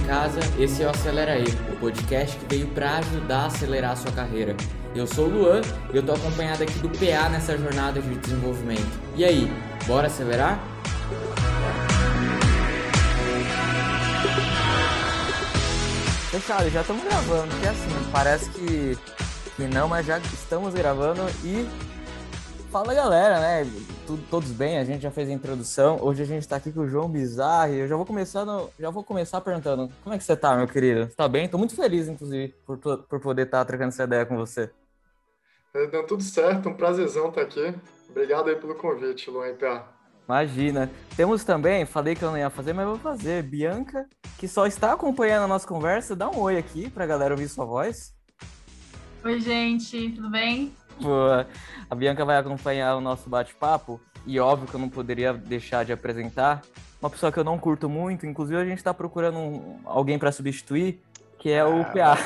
casa, esse é o Acelera aí, o podcast que veio para ajudar a acelerar a sua carreira. Eu sou o Luan e eu tô acompanhado aqui do PA nessa jornada de desenvolvimento. E aí, bora acelerar? Fechado, já estamos gravando, porque assim, parece que não, mas já estamos gravando e fala galera, né? Todos bem, a gente já fez a introdução. Hoje a gente está aqui com o João Bizarro e eu já vou começar perguntando, como é que você tá, meu querido? Você tá bem? Tô muito feliz, inclusive, por poder estar trocando essa ideia com você. Deu tudo certo, um prazerzão estar aqui. Obrigado aí pelo convite, Luan IPA. Imagina. Temos também, falei que eu não ia fazer, mas vou fazer, Bianca, que só está acompanhando a nossa conversa. Dá um oi aqui pra galera ouvir sua voz. Oi, gente, tudo bem? Pô, a Bianca vai acompanhar o nosso bate-papo e óbvio que eu não poderia deixar de apresentar uma pessoa que eu não curto muito, inclusive a gente está procurando alguém para substituir, que é o PA.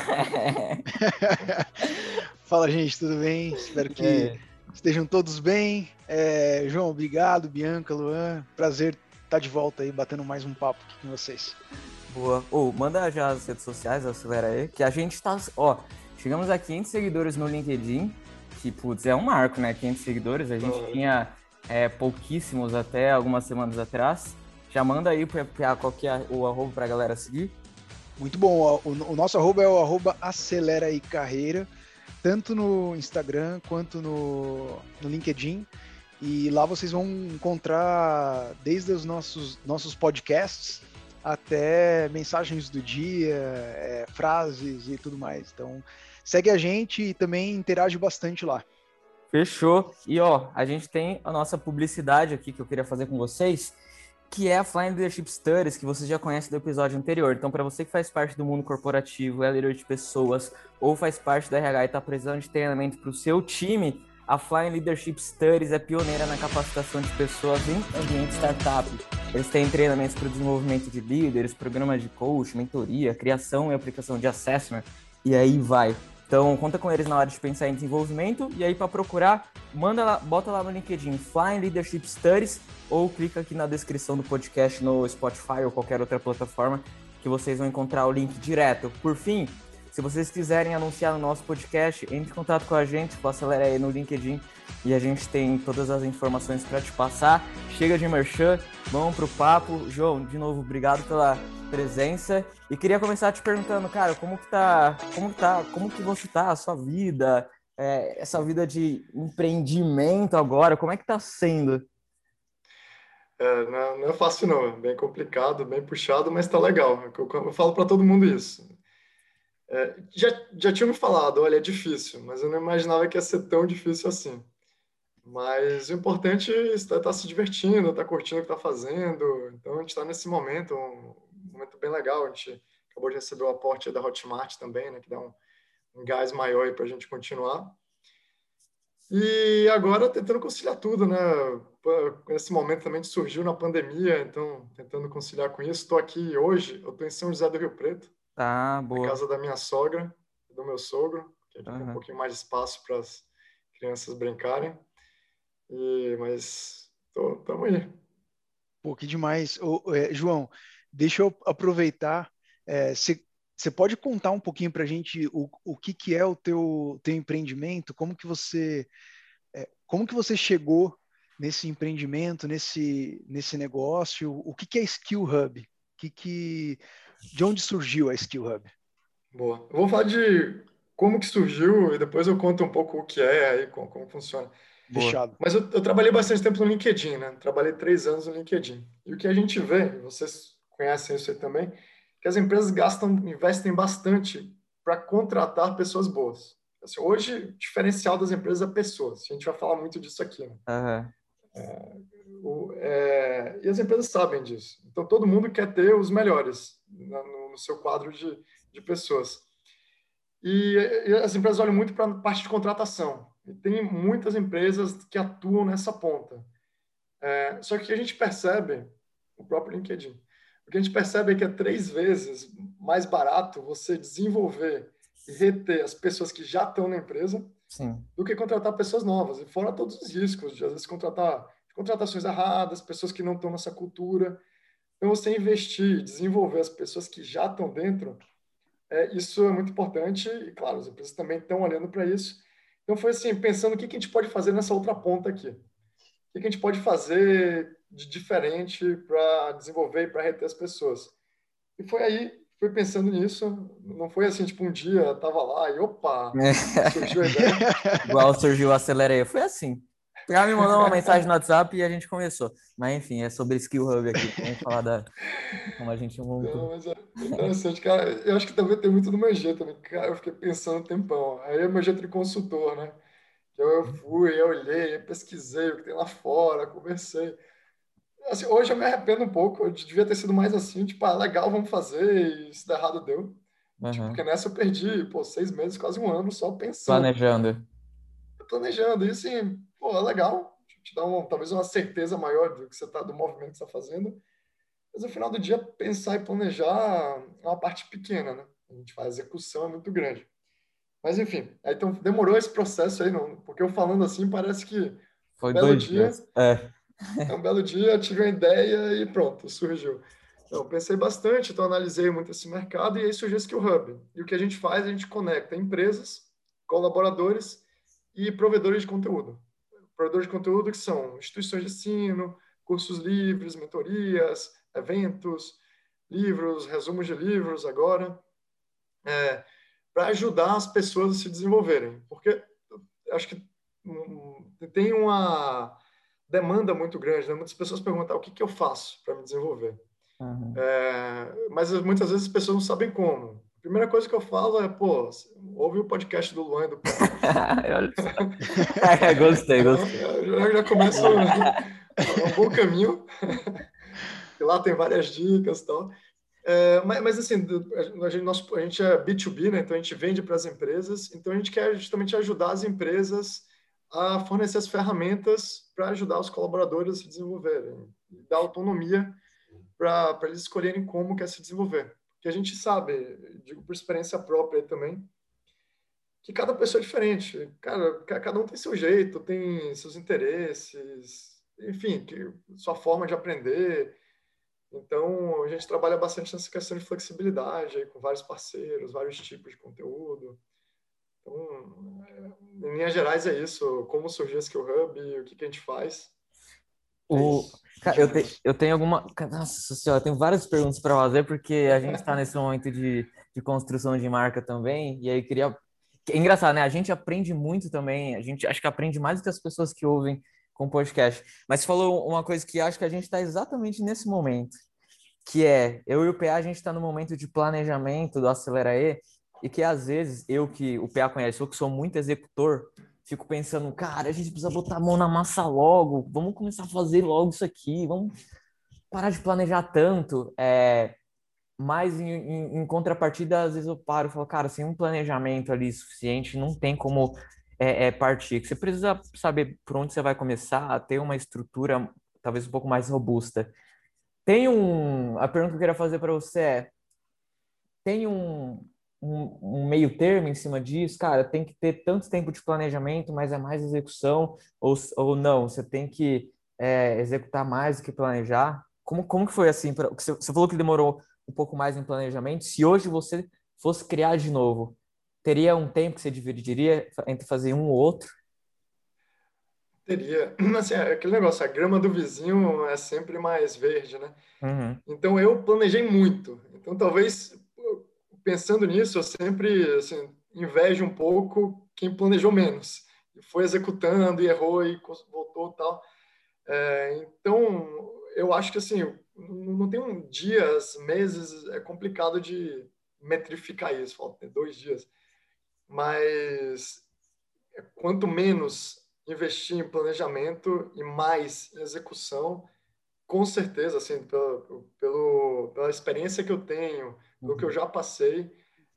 Fala, gente, tudo bem? Espero que estejam todos bem. João, obrigado, Bianca, Luan, prazer estar de volta aí, batendo mais um papo aqui com vocês. Boa. Manda já as redes sociais, acelera aí, que a gente tá, chegamos a 500 seguidores no LinkedIn, que, putz, é um marco, né? 500 seguidores, a gente tinha pouquíssimos até algumas semanas atrás. Já manda aí qual que é o arroba pra galera seguir. Muito bom, o nosso arroba é o arroba Acelera aí Carreira, tanto no Instagram quanto no LinkedIn. E lá vocês vão encontrar desde os nossos podcasts até mensagens do dia, frases e tudo mais. Então, segue a gente e também interage bastante lá. Fechou. E a gente tem a nossa publicidade aqui que eu queria fazer com vocês, que é a Flying Leadership Studies, que vocês já conhecem do episódio anterior. Então, para você que faz parte do mundo corporativo, é líder de pessoas, ou faz parte da RH e está precisando de treinamento para o seu time, a Flying Leadership Studies é pioneira na capacitação de pessoas em ambiente startup. Eles têm treinamentos para o desenvolvimento de líderes, programas de coach, mentoria, criação e aplicação de assessment, e aí vai. Então, conta com eles na hora de pensar em desenvolvimento, e aí para procurar, bota lá no LinkedIn Flying Leadership Studies, ou clica aqui na descrição do podcast no Spotify ou qualquer outra plataforma, que vocês vão encontrar o link direto. Por fim, se vocês quiserem anunciar no nosso podcast, entre em contato com a gente, acelera aí no LinkedIn, e a gente tem todas as informações para te passar. Chega de merchan, vamos pro papo. João, de novo, obrigado pela presença. E queria começar te perguntando, cara, como que você tá, a sua vida, essa vida de empreendimento agora, como é que tá sendo? Não é fácil não, é bem complicado, bem puxado, mas tá legal. Eu falo para todo mundo isso. Já tinha me falado, olha, é difícil, mas eu não imaginava que ia ser tão difícil assim. Mas o importante é estar se divertindo, estar curtindo o que está fazendo. Então, a gente está nesse momento, um momento bem legal. A gente acabou de receber o aporte da Hotmart também, né, que dá um gás maior para a gente continuar. E agora tentando conciliar tudo, né? Esse momento também surgiu na pandemia, então tentando conciliar com isso. Estou aqui hoje, eu estou em São José do Rio Preto, Tá, boa. na casa da minha sogra e do meu sogro, que aqui tem um pouquinho mais de espaço para as crianças brincarem. Mas estamos aí. Pô, que demais. João, deixa eu aproveitar. Você pode contar um pouquinho para a gente o que é o teu empreendimento? Como que você chegou nesse empreendimento, nesse negócio? O que é Skill Hub? De onde surgiu a Skill Hub? Boa. Eu vou falar de como que surgiu e depois eu conto um pouco o que é aí, como funciona. Fechado. Mas eu trabalhei bastante tempo no LinkedIn, né? Trabalhei 3 anos no LinkedIn. E o que a gente vê, vocês conhecem isso aí também, que as empresas investem bastante para contratar pessoas boas. Assim, hoje, o diferencial das empresas é pessoas. A gente vai falar muito disso aqui, né? E as empresas sabem disso. Então, todo mundo quer ter os melhores no seu quadro de pessoas. E as empresas olham muito para a parte de contratação. E tem muitas empresas que atuam nessa ponta. Só que a gente percebe, o próprio LinkedIn, o que a gente percebe é que é 3 vezes mais barato você desenvolver e reter as pessoas que já estão na empresa. Sim. Do que contratar pessoas novas. E fora todos os riscos de, às vezes, contratações erradas, pessoas que não estão nessa cultura. Então, você investir, desenvolver as pessoas que já estão dentro, isso é muito importante e, claro, as empresas também estão olhando para isso. Então, foi assim, pensando o que a gente pode fazer nessa outra ponta aqui. O que a gente pode fazer de diferente para desenvolver e para reter as pessoas. E foi aí, fui pensando nisso. Não foi assim, tipo, um dia estava lá e, opa, surgiu a ideia. Igual surgiu o Acelera aí. Foi assim. Já me mandou uma mensagem no WhatsApp e a gente começou. Mas enfim, é sobre Skill Hub aqui. Vamos falar da como a gente Não, montou. mas é interessante, cara. Eu acho que também tem muito do meu jeito também. Cara, eu fiquei pensando um tempão. Aí é meu jeito de consultor, né? Que eu fui, eu olhei, eu pesquisei o que tem lá fora, conversei. Assim, hoje eu me arrependo um pouco. Eu devia ter sido mais assim, tipo, legal, vamos fazer, e se der errado, deu. Tipo, Uhum. porque nessa eu perdi, pô, 6 meses, quase um ano só pensando, Planejando. planejando. E assim, pô, é legal. Te dá talvez uma certeza maior do que você tá, do movimento que você está fazendo. Mas no final do dia, pensar e planejar é uma parte pequena, né? A gente faz, a execução é muito grande. Mas enfim, aí, então demorou esse processo aí, não, porque eu falando assim parece que Foi 2 dias. É. um belo dia tive uma ideia e pronto, surgiu. Então, pensei bastante, então analisei muito esse mercado e aí surgiu esse Skill Hub. E o que a gente faz, a gente conecta empresas, colaboradores e provedores de conteúdo. Provedores de conteúdo que são instituições de ensino, cursos livres, mentorias, eventos, livros, resumos de livros agora, para ajudar as pessoas a se desenvolverem. Porque acho que tem uma demanda muito grande, né? Muitas pessoas perguntam o que eu faço para me desenvolver. Uhum. Mas muitas vezes as pessoas não sabem como. A primeira coisa que eu falo é, pô, ouve o podcast do Luan e do PA. Olha só. Gostei, gostei. Eu já começo é um bom caminho. E lá tem várias dicas e tal. Mas assim, a gente é B2B, né? Então a gente vende para as empresas. Então a gente quer justamente ajudar as empresas a fornecer as ferramentas para ajudar os colaboradores a se desenvolverem, e dar autonomia para eles escolherem como quer se desenvolver. Porque a gente sabe, digo por experiência própria também, que cada pessoa é diferente. Cara, cada um tem seu jeito, tem seus interesses, enfim, sua forma de aprender. Então, a gente trabalha bastante nessa questão de flexibilidade, aí, com vários parceiros, vários tipos de conteúdo. Então, em linhas gerais é isso. Como surgiu esse Skill Hub, o que a gente faz. É O, isso. cara, eu tenho alguma. Nossa senhora, eu tenho várias perguntas para fazer, porque a gente está nesse momento de construção de marca também, e aí queria. É engraçado, né? A gente aprende muito também, a gente acho que aprende mais do que as pessoas que ouvem com o podcast. Mas você falou uma coisa que acho que a gente está exatamente nesse momento, que é eu e o PA, a gente está no momento de planejamento do Acelera e que às vezes eu que o PA conhece, eu que sou muito executor, fico pensando, cara, a gente precisa botar a mão na massa logo, vamos começar a fazer logo isso aqui, vamos parar de planejar tanto. Mas em contrapartida, às vezes eu paro e falo, cara, sem um planejamento ali suficiente, não tem como partir. Você precisa saber por onde você vai começar, ter uma estrutura talvez um pouco mais robusta. A pergunta que eu queria fazer para você tem um meio termo em cima disso? Cara, tem que ter tanto tempo de planejamento, mas é mais execução, ou não? Você tem que executar mais do que planejar? Como que foi assim? Você falou que demorou um pouco mais em planejamento. Se hoje você fosse criar de novo, teria um tempo que você dividiria entre fazer um ou outro? Teria. Assim, aquele negócio, a grama do vizinho é sempre mais verde, né? Uhum. Então, eu planejei muito. Então, talvez, pensando nisso, eu sempre assim, invejo um pouco quem planejou menos. E foi executando, e errou, e voltou e tal. Então, eu acho que assim, não tem dias, meses, é complicado de metrificar isso, falta 2 dias. Mas quanto menos investir em planejamento e mais em execução, com certeza, assim, pela experiência que eu tenho, pelo que eu Uhum. já passei,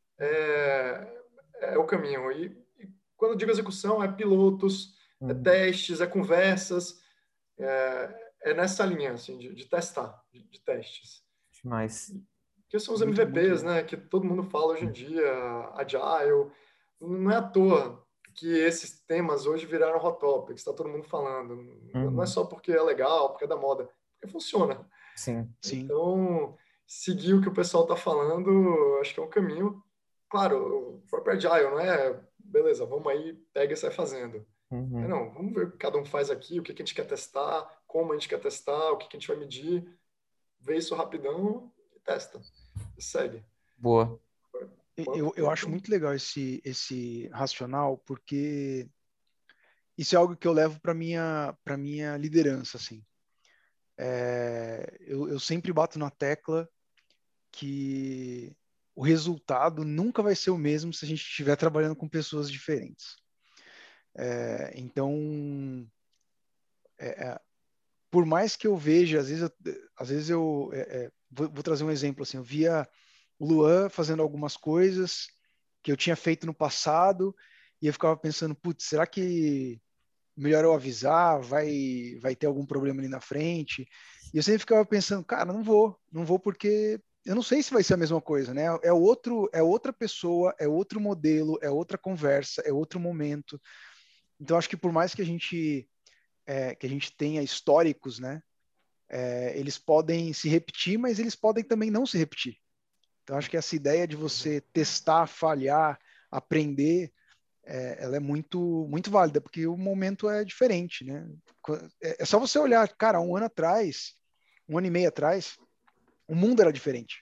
é o caminho. E quando eu digo execução, é pilotos, é Uhum. testes, é conversas, é nessa linha, assim, de testar, de testes. Mas Que são os Muito, muito MVPs, bom. né, que todo mundo fala hoje em dia, Agile. Não é à toa que esses temas hoje viraram hot topics, está todo mundo falando. Não é uhum. só porque é legal, porque é da moda, porque funciona. Sim. Sim. Então, seguir o que o pessoal está falando, acho que é um caminho. Claro, o próprio Agile, não é, beleza, vamos aí, pega e sai fazendo. Uhum. Não, vamos ver o que cada um faz aqui, o que a gente quer testar, como a gente quer testar, o que a gente vai medir, vê isso rapidão e testa. E segue. Boa. Eu acho muito legal esse racional, porque isso é algo que eu levo para minha liderança, assim. Eu sempre bato na tecla que o resultado nunca vai ser o mesmo se a gente estiver trabalhando com pessoas diferentes. Então, por mais que eu veja, às vezes eu vou trazer um exemplo assim, eu via o Luan fazendo algumas coisas que eu tinha feito no passado e eu ficava pensando, putz, será que melhor eu avisar? Vai ter algum problema ali na frente? E eu sempre ficava pensando, cara, não vou porque eu não sei se vai ser a mesma coisa, né? É outra pessoa, é outro modelo, é outra conversa, é outro momento. Então acho que por mais que a gente tenha históricos, né? Eles podem se repetir, mas eles podem também não se repetir. Então, acho que essa ideia de você testar, falhar, aprender, ela é muito, muito válida, porque o momento é diferente, né? É só você olhar, cara, um ano atrás, um ano e meio atrás, o mundo era diferente.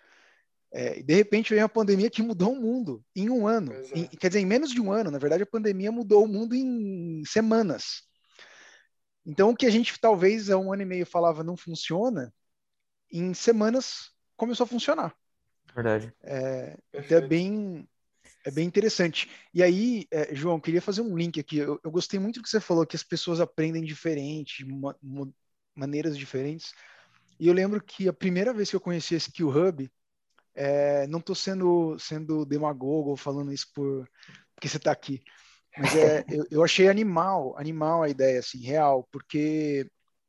E de repente veio a pandemia que mudou o mundo em um ano. Quer dizer, em menos de um ano, na verdade, a pandemia mudou o mundo em semanas. Então, o que a gente talvez há um ano e meio falava não funciona, em semanas começou a funcionar. Verdade. Então é bem interessante. E aí, João, queria fazer um link aqui. Eu gostei muito do que você falou, que as pessoas aprendem diferente, de maneiras diferentes. E eu lembro que a primeira vez que eu conheci a Skill Hub, não estou sendo demagogo ou falando isso porque você está aqui, mas eu achei animal a ideia, assim, real, porque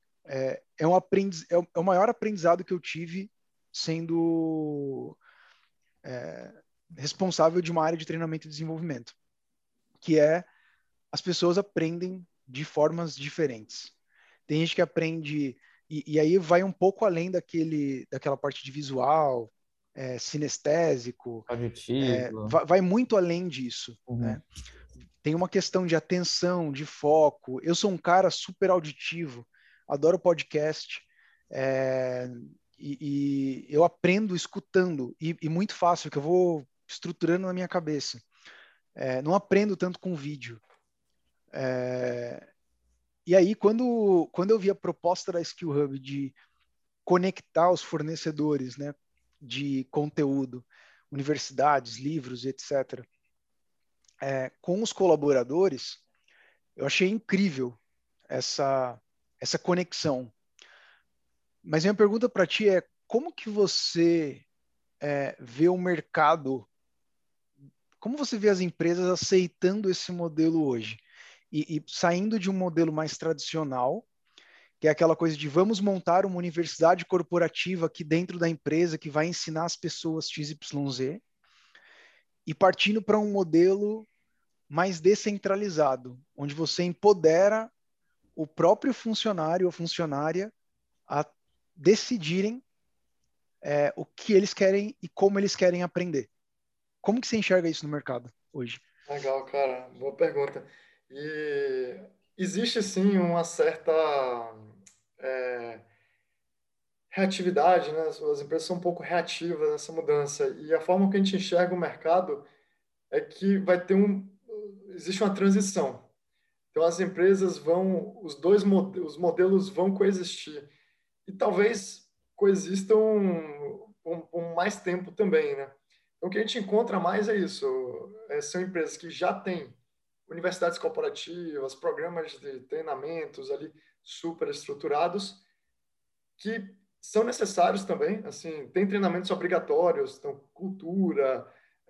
é o maior aprendizado que eu tive sendo responsável de uma área de treinamento e desenvolvimento, que é as pessoas aprendem de formas diferentes. Tem gente que aprende, e aí vai um pouco além daquela parte de visual, sinestésico, Auditivo. vai muito além disso, né? Tem uma questão de atenção, de foco. Eu sou um cara super auditivo, adoro podcast, e eu aprendo escutando, e muito fácil, que eu vou estruturando na minha cabeça. Não aprendo tanto com vídeo. E aí, quando eu vi a proposta da Skill Hub de conectar os fornecedores, né, de conteúdo, universidades, livros, etc., com os colaboradores, eu achei incrível essa conexão. Mas minha pergunta para ti é, como que você vê o mercado, como você vê as empresas aceitando esse modelo hoje? E saindo de um modelo mais tradicional, que é aquela coisa de vamos montar uma universidade corporativa aqui dentro da empresa que vai ensinar as pessoas XYZ, e partindo para um modelo mais descentralizado, onde você empodera o próprio funcionário ou funcionária a decidirem o que eles querem e como eles querem aprender. Como que você enxerga isso no mercado hoje? Legal, cara. Boa pergunta. E existe, sim, uma certa reatividade, né? As empresas são um pouco reativas nessa mudança. E a forma que a gente enxerga o mercado é que vai ter existe uma transição. Então, as empresas vão, os modelos vão coexistir. E talvez coexistam por mais tempo também, né? Então, o que a gente encontra mais é isso. São empresas que já têm universidades corporativas, programas de treinamentos ali super estruturados, que são necessários também. Assim, tem treinamentos obrigatórios, então, cultura,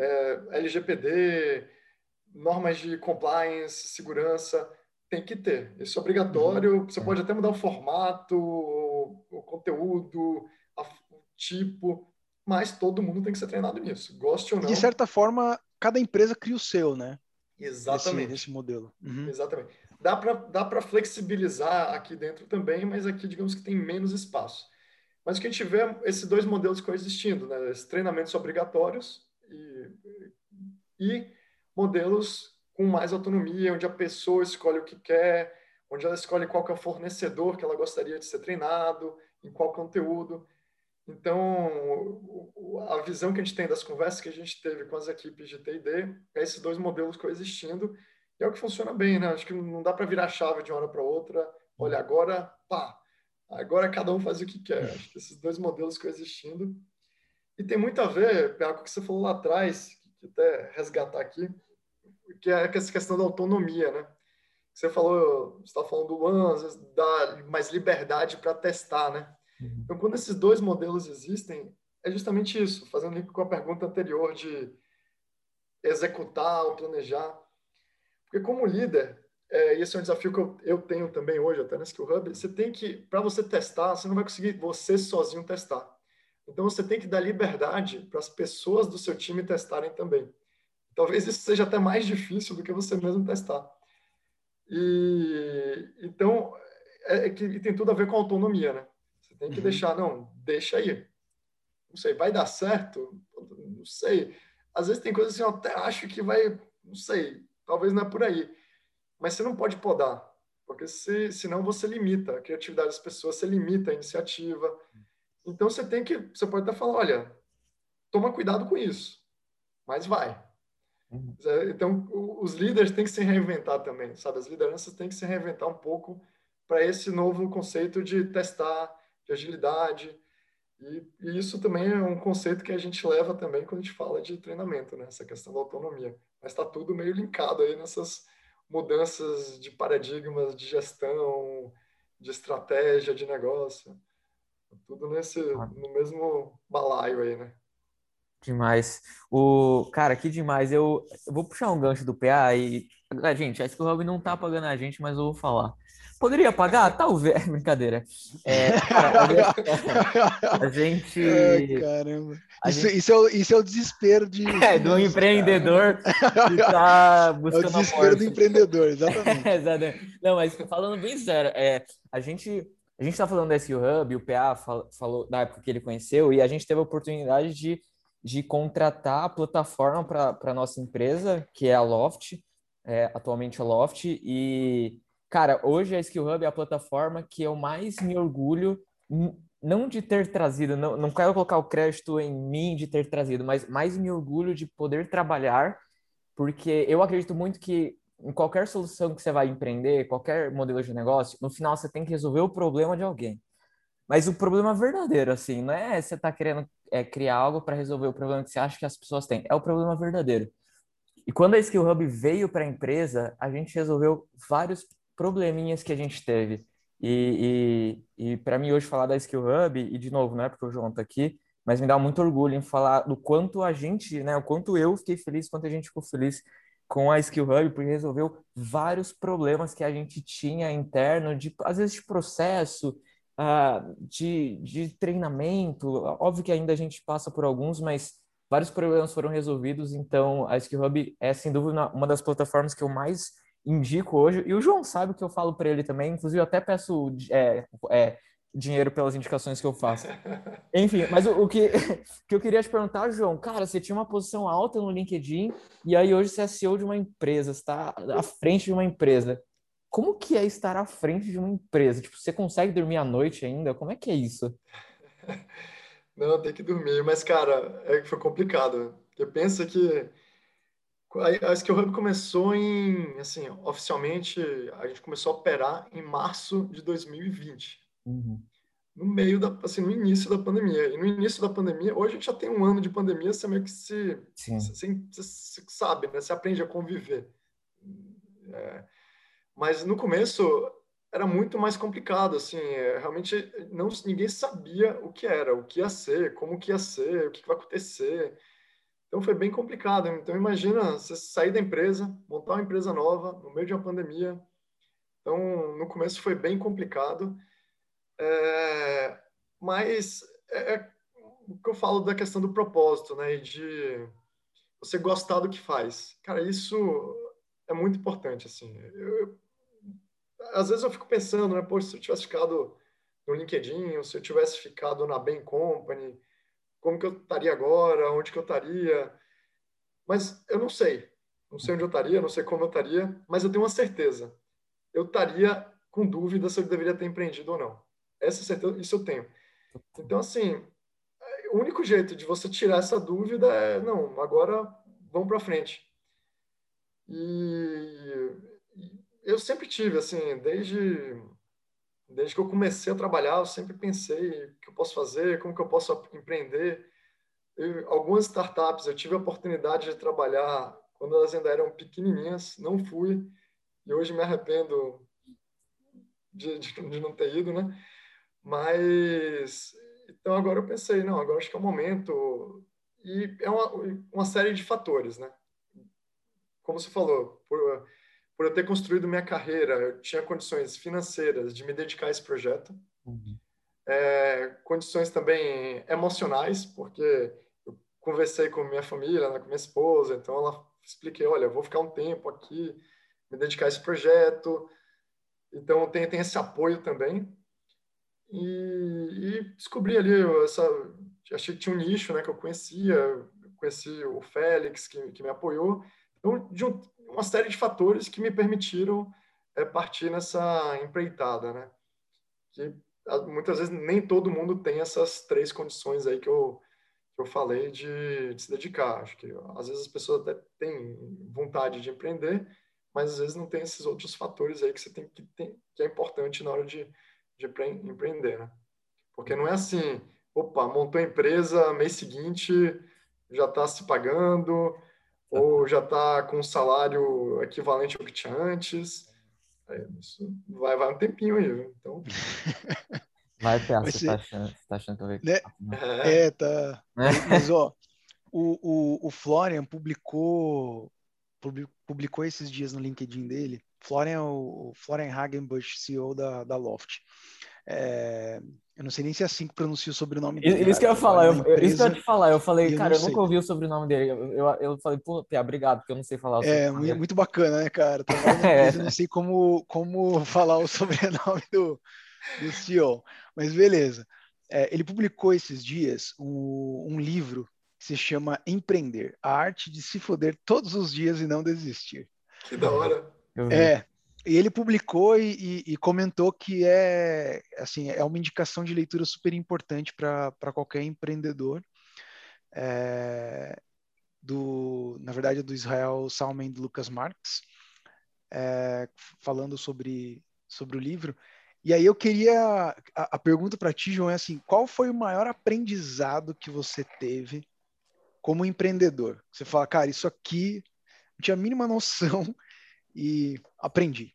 LGPD, normas de compliance, segurança, tem que ter. Isso é obrigatório. Você pode até mudar o formato, o conteúdo, o tipo, mas todo mundo tem que ser treinado nisso, goste ou E de não. certa forma, cada empresa cria o seu, né? Exatamente. Nesse modelo. Exatamente. Dá para flexibilizar aqui dentro também, mas aqui, digamos que tem menos espaço. Mas o que a gente vê é esses dois modelos coexistindo, né? Esses treinamentos obrigatórios e modelos com mais autonomia, onde a pessoa escolhe o que quer, onde ela escolhe qual que é o fornecedor que ela gostaria de ser treinado, em qual conteúdo. Então, a visão que a gente tem das conversas que a gente teve com as equipes de T&D é esses dois modelos coexistindo, e é o que funciona bem, né? Acho que não dá para virar a chave de uma hora para outra. Olha, agora, pá, agora cada um faz o que quer. Acho que esses dois modelos coexistindo. E tem muito a ver, com o que você falou lá atrás, que até resgatar aqui, que é essa questão da autonomia, né? Você está falando do One, às vezes dá mais liberdade para testar, né? Então, quando esses dois modelos existem, é justamente isso, fazendo link com a pergunta anterior de executar ou planejar. Porque como líder, e esse é um desafio que eu tenho também hoje, até na Skill Hub, você tem que, para você testar, você não vai conseguir você sozinho testar. Então, você tem que dar liberdade para as pessoas do seu time testarem também. Talvez isso seja até mais difícil do que você mesmo testar. Então, que tem tudo a ver com autonomia, né? Você tem que deixar, não, deixa aí. Não sei, vai dar certo? Não sei. Às vezes tem coisas assim, eu até acho que vai, não sei, talvez não é por aí. Mas você não pode podar, porque senão você limita a criatividade das pessoas, você limita a iniciativa. Então você pode até falar, olha, toma cuidado com isso, mas vai. Então, os líderes têm que se reinventar também, sabe? As lideranças têm que se reinventar um pouco para esse novo conceito de testar, de agilidade. E isso também é um conceito que a gente leva também quando a gente fala de treinamento, né? Essa questão da autonomia. Mas está tudo meio linkado aí nessas mudanças de paradigmas de gestão, de estratégia de negócio. Tudo no mesmo balaio aí, né? Demais. Cara, que demais. Eu vou puxar um gancho do PA e. Gente, acho que o Rob não tá pagando a gente, mas eu vou falar. Poderia pagar? Talvez. Brincadeira. Cara, a Ai, gente. caramba. A gente Isso é o desespero de do finanças, cara. empreendedor que tá É o buscando a desespero do morte. empreendedor, exatamente. Exatamente. Não, mas falando bem sério, a gente, a gente tá falando da SQ Hub, o PA falou da época que ele conheceu, e a gente teve a oportunidade de contratar a plataforma para a nossa empresa, que é a Loft, atualmente a Loft, e, cara, hoje a Skill Hub é a plataforma que eu mais me orgulho, não de ter trazido, não quero colocar o crédito em mim de ter trazido, mas mais me orgulho de poder trabalhar, porque eu acredito muito que em qualquer solução que você vai empreender, qualquer modelo de negócio, no final você tem que resolver o problema de alguém. Mas o problema verdadeiro, assim, não é você tá querendo criar algo para resolver o problema que você acha que as pessoas têm, é o problema verdadeiro. E quando a Skill Hub veio para a empresa, a gente resolveu vários probleminhas que a gente teve. E para mim hoje falar da Skill Hub, e de novo, não é porque o João está aqui, mas me dá muito orgulho em falar do quanto a gente, né, o quanto eu fiquei feliz, quanto a gente ficou feliz com a Skill Hub, porque resolveu vários problemas que a gente tinha interno, às vezes de processo, de treinamento. Óbvio que ainda a gente passa por alguns, mas vários problemas foram resolvidos, então a Skill Hub é, sem dúvida, uma das plataformas que eu mais indico hoje, e o João sabe o que eu falo para ele também, inclusive eu até peço dinheiro pelas indicações que eu faço. Enfim, mas o que, que eu queria te perguntar, João, cara, você tinha uma posição alta no LinkedIn, e aí hoje você é CEO de uma empresa, você está à frente de uma empresa. Como que é estar à frente de uma empresa? Tipo, você consegue dormir à noite ainda? Como é que é isso? Não, tem que dormir. Mas, cara, foi complicado. Porque pensa que a Skill Hub começou assim, oficialmente, a gente começou a operar em março de 2020. Uhum. No meio assim, no início da pandemia. E no início da pandemia, hoje a gente já tem um ano de pandemia, você meio que você sabe, né? Você aprende a conviver. Mas no começo era muito mais complicado, assim, realmente ninguém sabia o que era, o que ia ser, como que ia ser, o que vai acontecer. Então foi bem complicado. Então imagina você sair da empresa, montar uma empresa nova no meio de uma pandemia. Então no começo foi bem complicado. Mas o que eu falo da questão do propósito, né? E de você gostar do que faz. Cara, isso é muito importante, assim. Às vezes eu fico pensando, né? Poxa, se eu tivesse ficado no LinkedIn, ou se eu tivesse ficado na Bain Company, como que eu estaria agora, onde que eu estaria. Mas eu não sei. Não sei onde eu estaria, não sei como eu estaria, mas eu tenho uma certeza. Eu estaria com dúvida se eu deveria ter empreendido ou não. Essa certeza, isso eu tenho. Então, assim, o único jeito de você tirar essa dúvida é, não, agora vamos para frente. E eu sempre tive, assim, desde que eu comecei a trabalhar, eu sempre pensei o que eu posso fazer, como que eu posso empreender. Algumas startups eu tive a oportunidade de trabalhar quando elas ainda eram pequenininhas, não fui, e hoje me arrependo de não ter ido, né? Mas, então agora eu pensei, não, agora acho que é o momento, e é uma série de fatores, né? Como você falou, por eu ter construído minha carreira, eu tinha condições financeiras de me dedicar a esse projeto, condições também emocionais, porque eu conversei com minha família, né, com minha esposa, então ela expliquei, olha, eu vou ficar um tempo aqui, me dedicar a esse projeto, então tem esse apoio também. E descobri ali achei que tinha um nicho, né, que eu conheci o Félix que me apoiou, então uma série de fatores que me permitiram partir nessa empreitada, né? Que muitas vezes nem todo mundo tem essas três condições aí que eu falei de se dedicar. Acho que às vezes as pessoas até têm vontade de empreender, mas às vezes não tem esses outros fatores aí que você tem que é importante na hora de empreender, né? Porque não é assim, opa, montou a empresa, mês seguinte já está se pagando, ou já está com um salário equivalente ao que tinha antes. Isso vai um tempinho aí, viu? Então, Vai, Pia, Vai você tá ser, achando, você tá achando que eu vejo né? papo, não? Tá. Mas, ó, o Florian publicou esses dias no LinkedIn dele. Florian é o Florian Hagenbusch, CEO da Loft. Eu não sei nem se é assim que pronuncia o sobrenome dele, Isso cara. que eu ia Eu trabalho falar, na isso que eu ia empresa te falar. Eu falei, e eu não cara, eu nunca sei. ouvi o sobrenome dele. Eu falei, pô, Pia, obrigado, porque eu não sei falar o sobrenome dele. Muito bacana, né, cara? Trabalho na empresa e não sei como falar o sobrenome do CEO. Mas beleza. Ele publicou esses dias um livro que se chama Empreender, a arte de se foder todos os dias e não desistir. que da hora. Eu vi. E ele publicou e comentou que assim, é uma indicação de leitura super importante para qualquer empreendedor. Na verdade, é do Israel Salman e do Lucas Marx, falando sobre o livro. E aí eu queria, a pergunta para ti, João, é assim, qual foi o maior aprendizado que você teve como empreendedor? Você fala, cara, isso aqui não tinha a mínima noção e aprendi.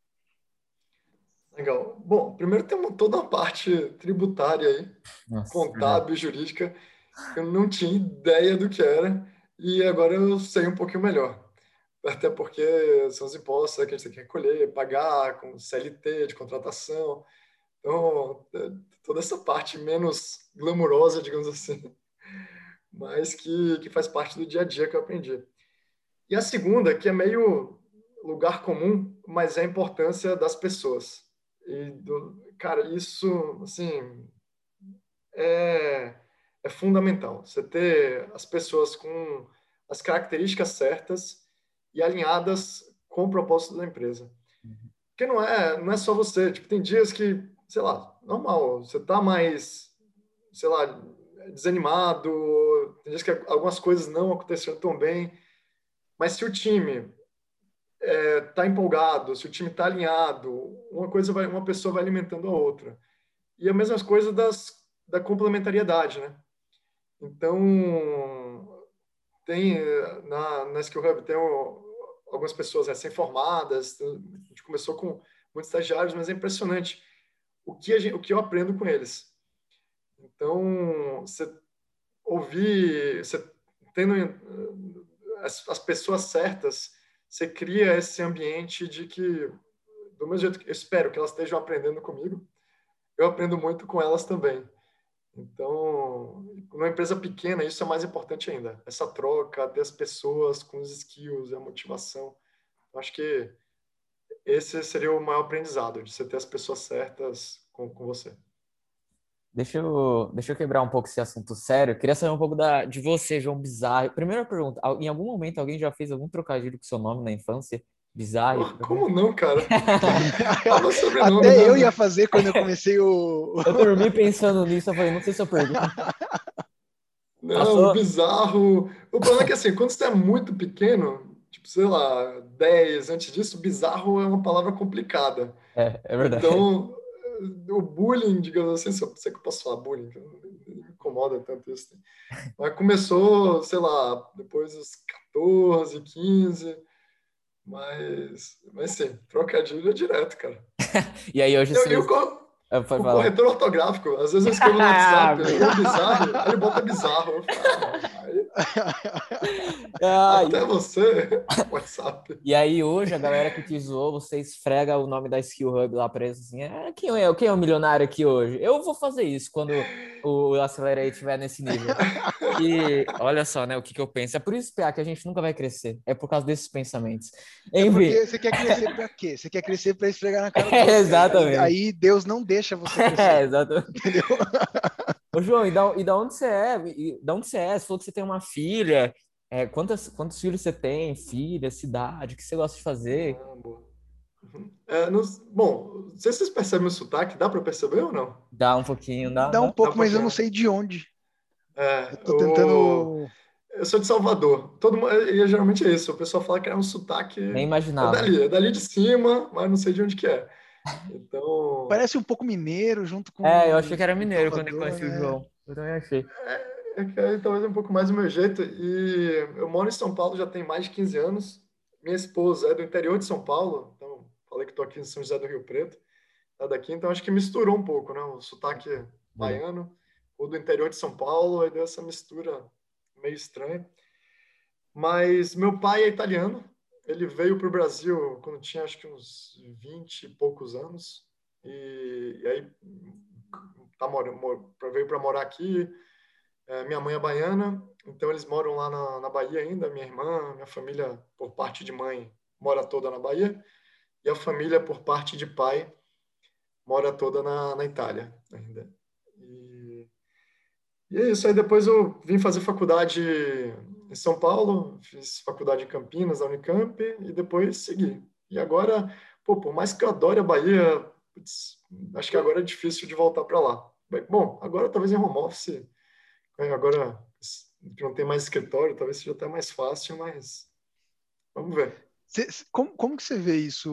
Legal. Bom, primeiro temos toda a parte tributária aí, Nossa, verdade. contábil, jurídica, que eu não tinha ideia do que era, e agora eu sei um pouquinho melhor. Até porque são os impostos que a gente tem que recolher, pagar, com CLT, de contratação. Então, toda essa parte menos glamurosa, digamos assim, mas que faz parte do dia a dia que eu aprendi. E a segunda, que é meio lugar comum, mas é a importância das pessoas. Cara, isso, assim, é, é fundamental. Você ter as pessoas com as características certas e alinhadas com o propósito da empresa. Porque não é só você. Tipo, tem dias que, sei lá, normal, você tá mais, sei lá, desanimado, tem dias que algumas coisas não aconteceram tão bem, mas se o time tá empolgado, se o time tá alinhado, uma pessoa vai alimentando a outra. E a mesma coisa da complementariedade, né? Então, na Skill Hub tem algumas pessoas recém-formadas, a gente começou com muitos estagiários, mas é impressionante o que eu aprendo com eles. Então, você tendo as pessoas certas, você cria esse ambiente de que, do mesmo jeito que eu espero que elas estejam aprendendo comigo, eu aprendo muito com elas também. Então, numa empresa pequena, isso é mais importante ainda. Essa troca, ter as pessoas com os skills, a motivação. Eu acho que esse seria o maior aprendizado, de você ter as pessoas certas com você. Deixa eu quebrar um pouco esse assunto sério. Eu queria saber um pouco de você, João Bizarro. Primeira pergunta, em algum momento alguém já fez algum trocadilho com seu nome na infância? Bizarro? Porra, como não, cara? Olha meu sobrenome, Até eu ia né? fazer quando eu comecei o. Eu dormi pensando nisso, eu falei, não sei se eu pergunto. Não, o Passou? bizarro. O problema é que assim, quando você é muito pequeno, tipo, sei lá, 10 antes disso, bizarro é uma palavra complicada. É verdade. Então, o bullying, digamos assim, se eu sei que eu posso falar bullying, que não me incomoda tanto isso. Mas começou, sei lá, depois dos 14, 15, mas sim, trocadilho é direto, cara. E aí hoje Eu, você... eu, co- Pode o falar. corretor ortográfico, às vezes eu escrevo no WhatsApp, ô bizarro, aí ele bota bizarro. Eu falo, não, aí, Ah, até você, WhatsApp. e aí hoje a galera que te zoou, você esfrega o nome da Skill Hub lá pra eles assim, quem é o milionário aqui hoje? Eu vou fazer isso quando o Acelerate estiver nesse nível. E olha só, né, o que eu penso. É por isso, PA, que a gente nunca vai crescer. É por causa desses pensamentos. É Enfim, porque você quer crescer pra quê? Você quer crescer pra esfregar na cara dos outros. exatamente. Aí Deus não deixa você crescer. Exatamente. Entendeu? Ô, João, e da onde você é? E da onde você é? Você falou que você tem uma filha. Quantos filhos você tem? Filha, cidade? O que você gosta de fazer? Ah, boa. Uhum. Bom, não sei se vocês percebem o sotaque, dá para perceber ou não? Dá um pouquinho, dá, Dá um dá. Dá um pouco, mas eu não pouquinho. sei de onde. Eu tô O... tentando. Eu sou de Salvador. Todo mundo, e geralmente é isso. O pessoal fala que é um sotaque. Nem imaginava. É dali de cima, mas não sei de onde que é. Então, Parece um pouco mineiro junto Eu achei que era com mineiro quando eu Salvador, conheci o né? João. Eu também achei. é que aí talvez é um pouco mais o meu jeito. E eu moro em São Paulo já tem mais de 15 anos. Minha esposa é do interior de São Paulo, então falei que estou aqui em São José do Rio Preto, tá daqui, então acho que misturou um pouco, né? O sotaque Legal. baiano, ou do interior de São Paulo, aí deu essa mistura meio estranha. Mas meu pai é italiano, ele veio para o Brasil quando tinha acho que uns 20 e poucos anos, e aí veio para morar aqui. Minha mãe é baiana, então eles moram lá na Bahia ainda. Minha irmã, minha família, por parte de mãe, mora toda na Bahia, e a família, por parte de pai, mora toda na Itália ainda. E é isso. Aí depois eu vim fazer faculdade em São Paulo, fiz faculdade em Campinas, na Unicamp, e depois segui. E agora, pô, por mais que eu adore a Bahia, putz, acho que agora é difícil de voltar para lá. Bom, agora talvez em home office, agora que não tem mais escritório, talvez seja até mais fácil, mas vamos ver. Como que você vê isso,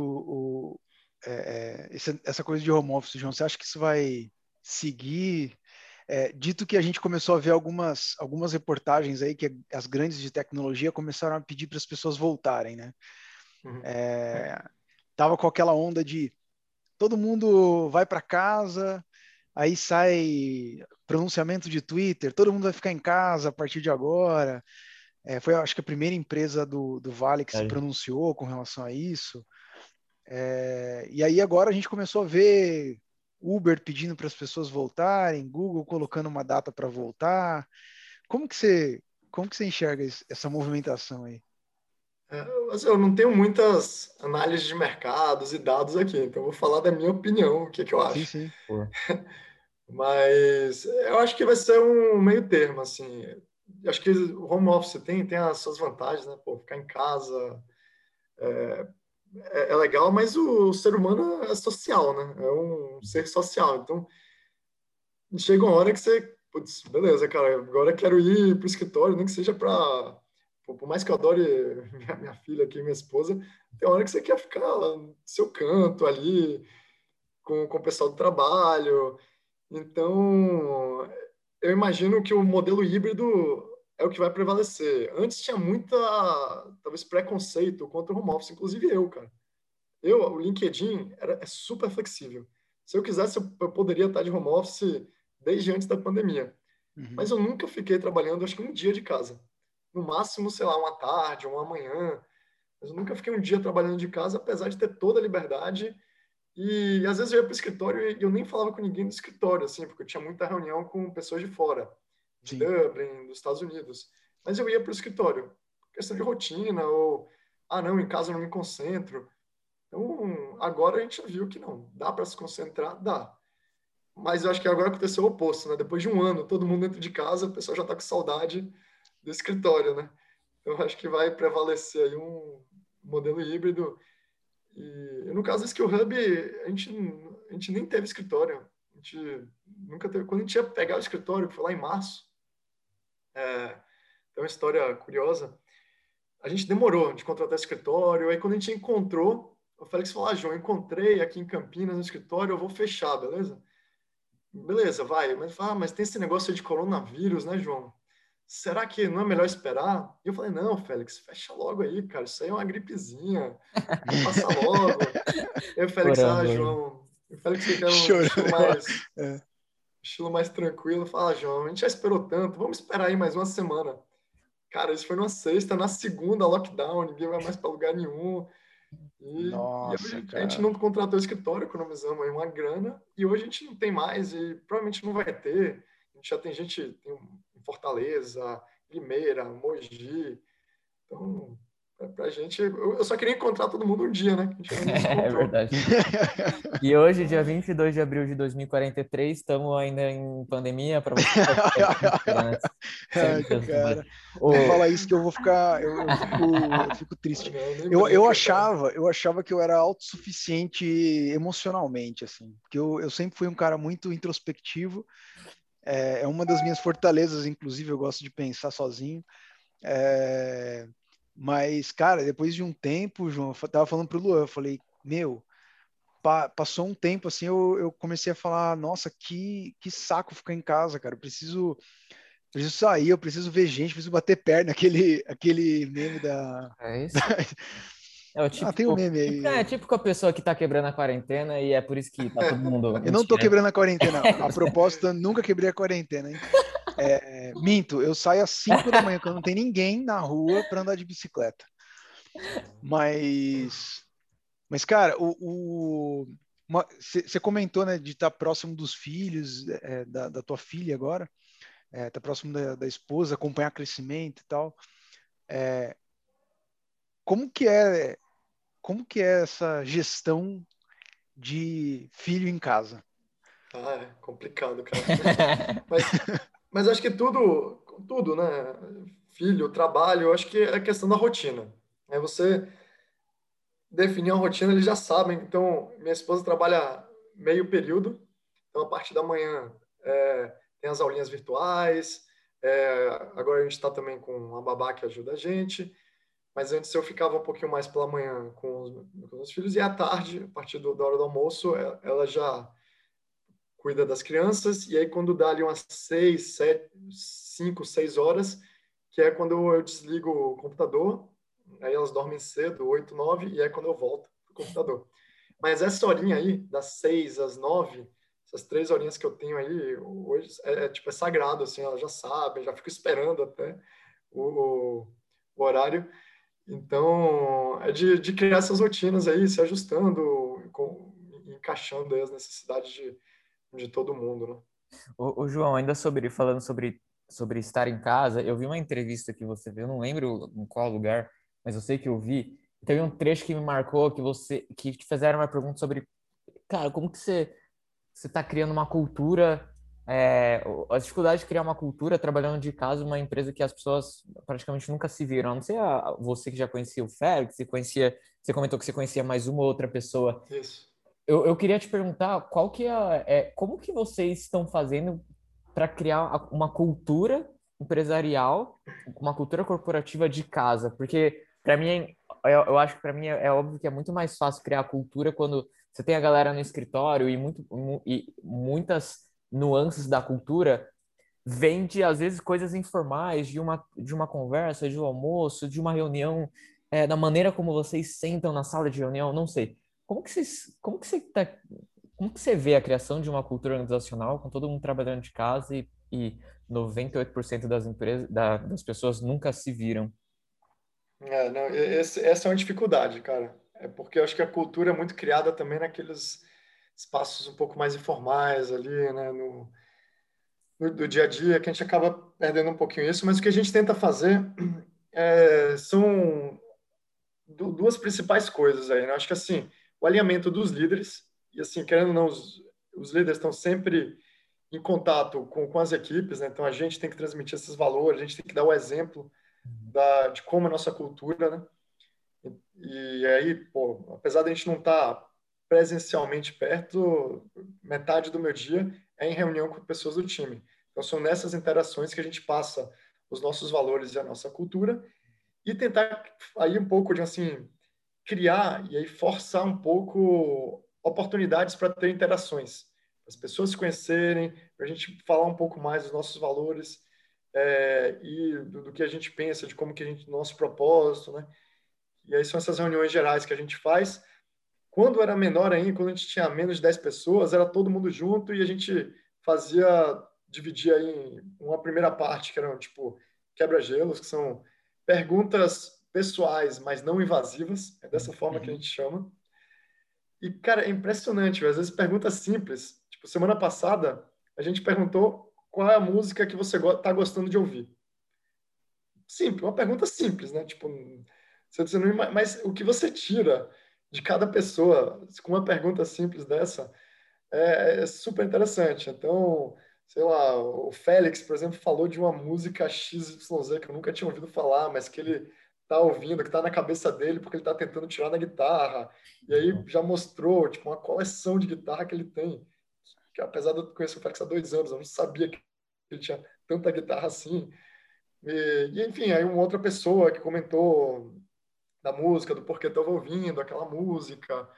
essa coisa de home office, João? Você acha que isso vai seguir? Dito que a gente começou a ver algumas reportagens aí que as grandes de tecnologia começaram a pedir para as pessoas voltarem, né? Uhum. Tava com aquela onda de todo mundo vai para casa, aí sai pronunciamento de Twitter, todo mundo vai ficar em casa a partir de agora. Foi, acho que, a primeira empresa do Vale que se É. pronunciou com relação a isso. E aí agora a gente começou a ver Uber pedindo para as pessoas voltarem, Google colocando uma data para voltar. Como que você enxerga essa movimentação aí? Assim, eu não tenho muitas análises de mercados e dados aqui, então eu vou falar da minha opinião, o que que eu Sim, acho. sim. Pô. Mas eu acho que vai ser um meio termo, assim. Acho que o home office tem as suas vantagens, né? Pô, ficar em casa é legal, mas o ser humano é social, né? É um ser social. Então, chega uma hora que você, putz, beleza, cara, agora eu quero ir para o escritório, nem que seja para. Por mais que eu adore minha filha aqui, minha esposa, tem hora que você quer ficar no seu canto ali, com o pessoal do trabalho. Então, eu imagino que o modelo híbrido é o que vai prevalecer. Antes tinha muita, talvez, preconceito contra o home office, inclusive eu, cara. O LinkedIn é super flexível. Se eu quisesse, eu poderia estar de home office desde antes da pandemia. Uhum. Mas eu nunca fiquei trabalhando, acho que um dia de casa. No máximo, sei lá, uma tarde, uma manhã. Mas eu nunca fiquei um dia trabalhando de casa, apesar de ter toda a liberdade. E às vezes eu ia para o escritório e eu nem falava com ninguém do escritório, assim, porque eu tinha muita reunião com pessoas de fora, de Sim. Dublin, dos Estados Unidos. Mas eu ia para o escritório, questão de rotina, ou, não, em casa eu não me concentro. Então, agora a gente já viu que não, dá para se concentrar, dá. mas eu acho que agora aconteceu o oposto, né? Depois de um ano, todo mundo dentro de casa, o pessoal já está com saudade do escritório, né? Então, eu acho que vai prevalecer aí um modelo híbrido. E no caso do Skill Hub, a gente nem teve escritório. A gente nunca teve. Quando a gente ia pegar o escritório, foi lá em março. Tem uma história curiosa. A gente demorou de contratar escritório. Aí, quando a gente encontrou, o Félix falou: João, encontrei aqui em Campinas no escritório, eu vou fechar, beleza? Beleza, vai. Mas fala, mas tem esse negócio aí de coronavírus, né, João? Será que não é melhor esperar? E eu falei, não, Félix, fecha logo aí, cara. Isso aí é uma gripezinha. Vai passar logo. E aí o Félix, Chorando. João. O Félix que quer um Chorando. estilo mais tranquilo. Fala, João, a gente já esperou tanto. Vamos esperar aí mais uma semana. Cara, isso foi numa sexta, na segunda, lockdown. Ninguém vai mais para lugar nenhum. E Nossa, hoje a gente cara. não contratou escritório, economizamos aí uma grana, e hoje a gente não tem mais, e provavelmente não vai ter. A gente já tem gente em Fortaleza, Limeira, Mogi. Então, pra gente, eu só queria encontrar todo mundo um dia, né? A gente ainda não se É encontrou. verdade. E hoje, dia 22 de abril de 2043, estamos ainda em pandemia para você. Ai, cara, não fala isso que eu vou ficar, eu fico triste. Não, nem Eu brinca, cara. achava que eu era autossuficiente emocionalmente, assim, porque eu sempre fui um cara muito introspectivo. É uma das minhas fortalezas, inclusive, eu gosto de pensar sozinho. Mas, cara, depois de um tempo, João, eu tava falando pro Luan, eu falei, meu, passou um tempo assim, eu comecei a falar, nossa, que saco ficar em casa, cara. Preciso sair, eu preciso ver gente, preciso bater perna, aquele meme da. É isso. É o Tem um típico, meme aí. é típico a pessoa que tá quebrando a quarentena e é por isso que tá todo mundo. Eu não tô Mentira. quebrando a quarentena. A propósito, nunca quebrei a quarentena, hein? Minto, eu saio às 5 da manhã, quando não tem ninguém na rua, para andar de bicicleta. Mas cara, você comentou, né, de estar próximo dos filhos, da tua filha agora, tá próximo da esposa, acompanhar crescimento e tal. Como que é, como que é essa gestão de filho em casa? É complicado, cara. Mas acho que tudo, né? Filho, trabalho, eu acho que é questão da rotina. É você definir a rotina, eles já sabem. Então, minha esposa trabalha meio período, então a parte da manhã tem as aulinhas virtuais. Agora a gente está também com a babá que ajuda a gente, mas antes eu ficava um pouquinho mais pela manhã com os filhos, e à tarde, a partir da hora do almoço, ela já cuida das crianças, e aí quando dá ali umas 6, 7, 5, 6 horas, que é quando eu desligo o computador, aí elas dormem cedo, 8, 9, e é quando eu volto pro computador. Mas essa horinha aí, das 6 às 9, essas 3 horinhas que eu tenho aí, hoje, tipo, é sagrado, assim, elas já sabem, já fico esperando até o horário. Então, é de criar essas rotinas aí, se ajustando, encaixando aí as necessidades de todo mundo, né? O João, ainda falando sobre estar em casa, eu vi uma entrevista que você viu, eu não lembro em qual lugar, mas eu sei que eu vi. Teve um trecho que me marcou que te fizeram uma pergunta sobre, cara, como que você está criando uma cultura, a dificuldade de criar uma cultura trabalhando de casa, uma empresa que as pessoas praticamente nunca se viram. A não sei você que já conhecia o Félix, você comentou que você conhecia mais uma ou outra pessoa. Isso. Eu queria te perguntar qual que como que vocês estão fazendo para criar uma cultura empresarial, uma cultura corporativa de casa? Porque para mim, eu acho que para mim é óbvio que é muito mais fácil criar cultura quando você tem a galera no escritório e muitas nuances da cultura vêm de às vezes coisas informais, de uma conversa, de um almoço, de uma reunião, da maneira como vocês sentam na sala de reunião, não sei. Como que você vê a criação de uma cultura organizacional com todo mundo trabalhando de casa e 98% das empresas, das pessoas nunca se viram? Não, essa é uma dificuldade, cara. É porque eu acho que a cultura é muito criada também naqueles espaços um pouco mais informais ali, né, do dia a dia, que a gente acaba perdendo um pouquinho isso, mas o que a gente tenta fazer são duas principais coisas aí, né? Acho que, assim, o alinhamento dos líderes, e, assim, querendo ou não, os líderes estão sempre em contato com as equipes, né? Então a gente tem que transmitir esses valores, a gente tem que dar o exemplo de como é a nossa cultura, né? E aí, pô, apesar de a gente não estar presencialmente perto, metade do meu dia é em reunião com pessoas do time. Então são nessas interações que a gente passa os nossos valores e a nossa cultura e tentar aí um pouco de assim criar e aí forçar um pouco oportunidades para ter interações, as pessoas se conhecerem, para a gente falar um pouco mais dos nossos valores e do que a gente pensa, de como que a gente, nosso propósito, né? E aí são essas reuniões gerais que a gente faz. Quando era menor ainda, quando a gente tinha menos de 10 pessoas, era todo mundo junto e a gente fazia, dividia em uma primeira parte, que eram tipo quebra-gelos, que são perguntas pessoais, mas não invasivas. É dessa forma que a gente chama. E, cara, é impressionante, às vezes perguntas simples. Tipo, semana passada, a gente perguntou qual é a música que você está gostando de ouvir. Simples, uma pergunta simples, né? Tipo, você não, mas o que você tira de cada pessoa com uma pergunta simples dessa é super interessante. Então, sei lá, o Félix, por exemplo, falou de uma música XYZ que eu nunca tinha ouvido falar, mas que ele tá ouvindo, que tá na cabeça dele porque ele tá tentando tirar na guitarra. E aí já mostrou, tipo, uma coleção de guitarra que ele tem. Que apesar de eu conhecer o Félix há 2 anos, eu não sabia que ele tinha tanta guitarra assim. Enfim, aí uma outra pessoa que comentou da música, do porquê estava ouvindo aquela música.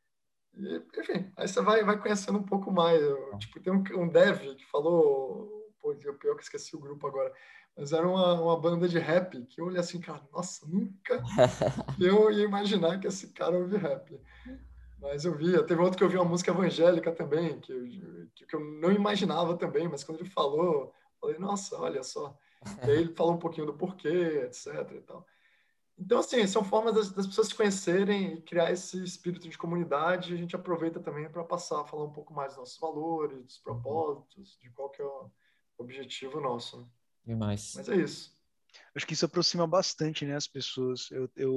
Enfim, aí você vai conhecendo um pouco mais. Tipo, tem um dev que falou, pô, o pior que eu esqueci o grupo agora, mas era uma banda de rap que eu olhei assim, cara, nossa, nunca eu ia imaginar que esse cara ouve rap. Mas eu via, teve outro que eu vi uma música evangélica também, que eu não imaginava também, mas quando ele falou, eu falei, nossa, olha só. E aí ele falou um pouquinho do porquê, etc. e tal. Então, assim, são formas das pessoas se conhecerem e criar esse espírito de comunidade. E a gente aproveita também para passar, falar um pouco mais dos nossos valores, dos propósitos, de qual que é o objetivo nosso, né? Demais. Mas é isso. Acho que isso aproxima bastante, né, as pessoas.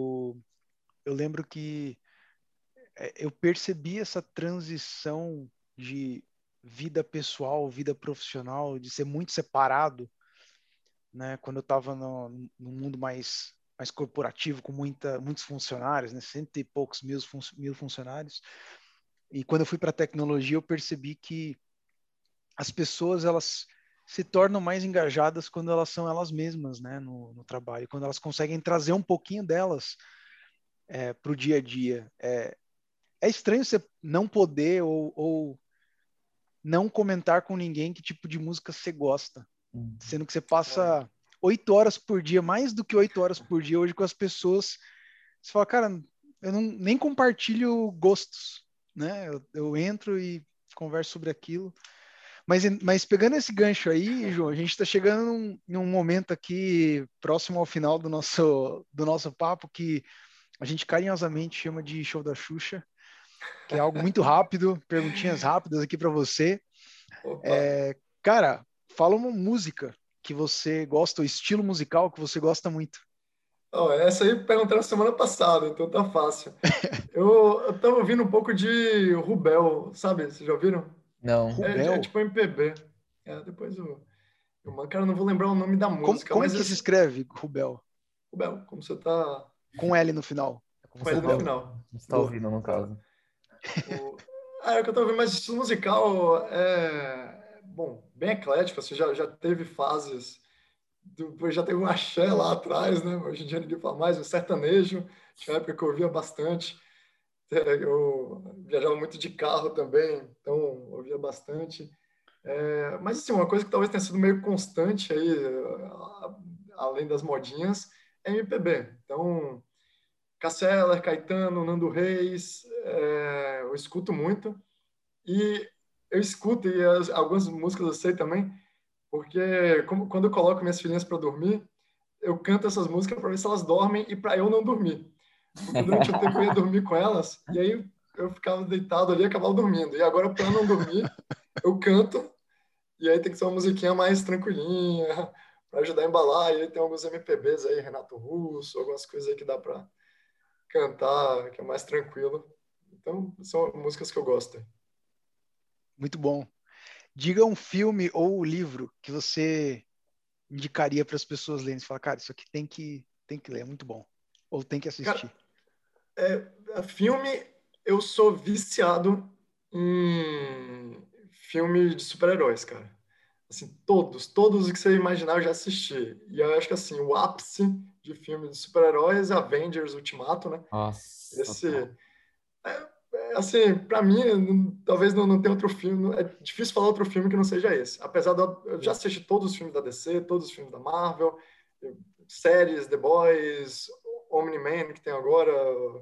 Eu lembro que eu percebi essa transição de vida pessoal, vida profissional, de ser muito separado, né? Quando eu estava no mundo mais corporativo, com muitos funcionários, né? Cento e poucos mil funcionários. E quando eu fui para a tecnologia, eu percebi que as pessoas, elas se tornam mais engajadas quando elas são elas mesmas, né? No trabalho, quando elas conseguem trazer um pouquinho delas para o dia a dia. É estranho você não poder ou não comentar com ninguém que tipo de música você gosta, sendo que você passa 8 horas por dia, mais do que 8 horas por dia hoje com as pessoas. Você fala, cara, eu nem compartilho gostos, né? Eu entro e converso sobre aquilo. Mas pegando esse gancho aí, João, a gente está chegando num momento aqui próximo ao final do nosso papo que a gente carinhosamente chama de show da Xuxa, que é algo muito rápido, perguntinhas rápidas aqui para você. Cara, fala uma música que você gosta, o estilo musical que você gosta muito. Essa aí perguntaram semana passada, então tá fácil. Eu tava ouvindo um pouco de Rubel, sabe? Vocês já ouviram? Não. É Rubel? tipo MPB. Depois cara, eu não vou lembrar o nome da música, Como mas que se escreve Rubel? Rubel, como você tá Com L no final. Como com você ele tá, no final. você tá Boa. ouvindo, no caso. É o que eu tô ouvindo, mas estilo musical bom, bem eclético, assim, já teve fases, já teve um axé lá atrás, né? Hoje em dia ninguém fala mais, o sertanejo, tinha uma época que eu ouvia bastante. Eu viajava muito de carro também, então ouvia bastante. Mas assim, uma coisa que talvez tenha sido meio constante aí, além das modinhas, é MPB. Então, Casseller, Caetano, Nando Reis, eu escuto muito. E eu escuto, e algumas músicas eu sei também, porque quando eu coloco minhas filhinhas para dormir, eu canto essas músicas para ver se elas dormem e para eu não dormir. Porque durante o tempo eu ia dormir com elas, e aí eu ficava deitado ali e acabava dormindo. E agora, para não dormir, eu canto, e aí tem que ser uma musiquinha mais tranquilinha, para ajudar a embalar. E aí tem alguns MPBs aí, Renato Russo, algumas coisas aí que dá para cantar, que é mais tranquilo. Então, são músicas que eu gosto. Muito bom. Diga um filme ou livro que você indicaria para as pessoas lerem. Você fala, cara, isso aqui tem que ler, é muito bom. Ou tem que Cara, assistir. filme, eu sou viciado em filme de super-heróis, cara. Assim, todos os que você imaginar eu já assisti. E eu acho que, assim, o ápice de filme de super-heróis é Avengers Ultimato, né? Nossa, Esse, assim, pra mim, talvez não tenha outro filme. É difícil falar outro filme que não seja esse. Apesar de eu já assisti todos os filmes da DC, todos os filmes da Marvel, séries, The Boys, Omni-Man, que tem agora,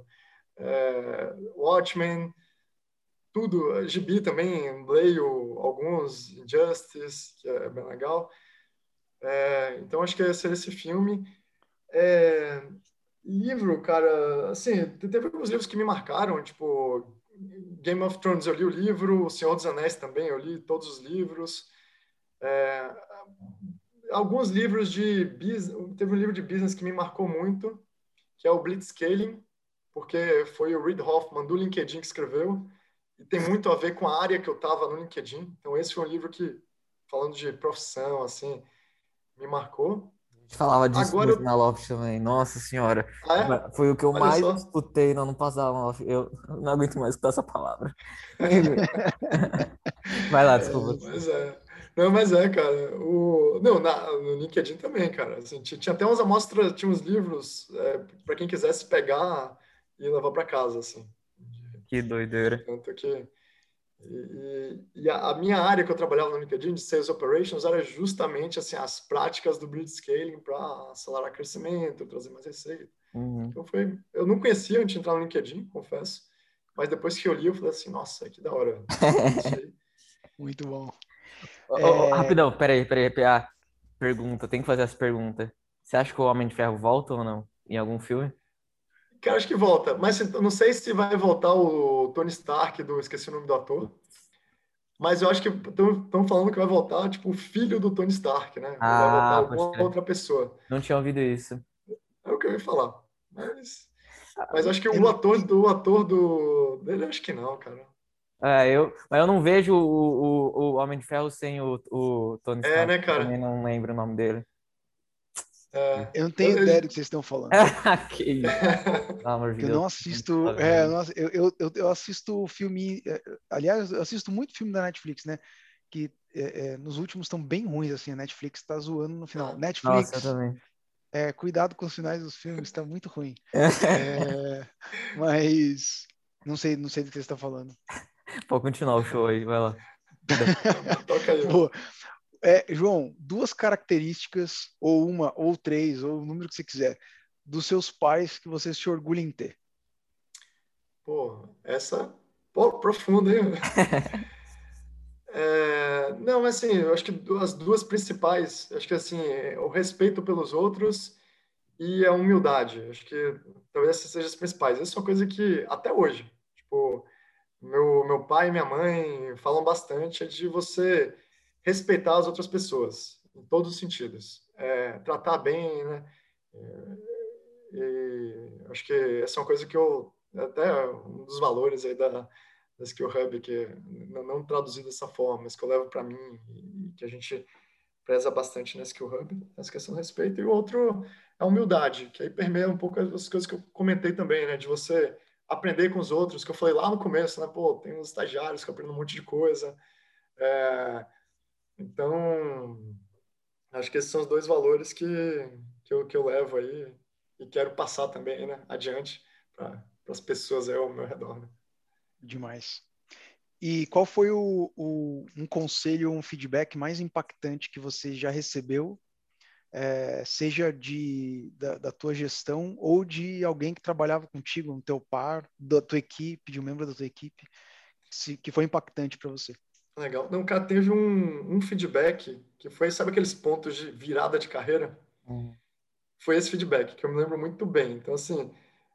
Watchmen, tudo. Gibi também, leio alguns, Injustice, que é bem legal. Então, acho que seria esse filme. É, livro, cara, assim, teve alguns livros que me marcaram, tipo Game of Thrones eu li o livro, O Senhor dos Anéis também eu li todos os livros. É, alguns livros de business, teve um livro de business que me marcou muito, que é o Blitzscaling, porque foi o Reid Hoffman do LinkedIn que escreveu, e tem muito a ver com a área que eu estava no LinkedIn. Então esse foi um livro que, falando de profissão, assim, me marcou. a gente falava disso Agora, muito na Loft também. Nossa senhora. é? Foi o que eu Olha mais só. escutei no ano passado, na Loft. Eu não aguento mais escutar essa palavra. Vai lá, desculpa. Mas é. Não, mas é, cara. Não, no LinkedIn também, cara. Assim, tinha até umas amostras, tinha uns livros para quem quisesse pegar e levar para casa, assim. Que De doideira. tanto que. E a minha área que eu trabalhava no LinkedIn de Sales Operations era justamente assim, as práticas do Blitzscaling para acelerar crescimento, trazer mais receita. Uhum. Então eu não conhecia antes de entrar no LinkedIn, confesso. Mas depois que eu li, eu falei assim, nossa, que da hora. Isso aí. Muito bom. Rapidão, peraí, PA. Pergunta, tem que fazer essa pergunta. Você acha que o Homem de Ferro volta ou não? Em algum filme? Cara, acho que volta. Mas eu não sei se vai voltar o Tony Stark, esqueci o nome do ator. Mas eu acho que estão falando que vai voltar, tipo, o filho do Tony Stark, né? Ou vai voltar Ah, pode alguma crer. outra pessoa. Não tinha ouvido isso. É o que eu ia falar. Mas acho que Eu o não, ator dele, acho que não, cara. Mas eu não vejo o Homem de Ferro sem o Tony É, Stark. né, Eu também cara? não lembro o nome dele. É. eu não Eu- tenho ideia do que eu- vocês estão falando. Que isso, pelo amor de Que eu Deus. não Não assisto. precisa ver. Eu assisto filme. Aliás, eu assisto muito filme da Netflix, né? Que nos últimos estão bem ruins, assim. A Netflix tá zoando no final. Nossa, eu Netflix, também. cuidado com os finais dos filmes, tá muito ruim. É, mas não sei do que você está falando. Pode continuar o show aí, vai lá. Toca aí. Pô, João, duas características, ou uma, ou três, ou o número que você quiser, dos seus pais que você se orgulha em ter. Pô, essa. Pô, profunda, hein? Não, mas assim, eu acho que as duas principais, acho que assim, o respeito pelos outros e a humildade. Acho que talvez essas sejam as principais. Essa é uma coisa que, até hoje, tipo, meu pai e minha mãe falam bastante de você respeitar as outras pessoas, em todos os sentidos. Tratar bem, né? E acho que essa é uma coisa que até um dos valores aí da Skill Hub, que não traduzido dessa forma, mas que eu levo para mim e que a gente preza bastante na Skill Hub, essa questão do respeito. E o outro é a humildade, que aí permeia um pouco as coisas que eu comentei também, né? De você aprender com os outros, que eu falei lá no começo, né? Pô, tem uns estagiários que aprendem um monte de coisa. Então, acho que esses são os dois valores que eu levo aí e quero passar também, né? Adiante para as pessoas aí ao meu redor, né? Demais. E qual foi um conselho ou um feedback mais impactante que você já recebeu, seja da tua gestão ou de alguém que trabalhava contigo, um teu par, da tua equipe, de um membro da tua equipe, que foi impactante para você? Legal. Não, cara, teve um feedback que foi, sabe aqueles pontos de virada de carreira? Uhum. Foi esse feedback que eu me lembro muito bem. Então, assim,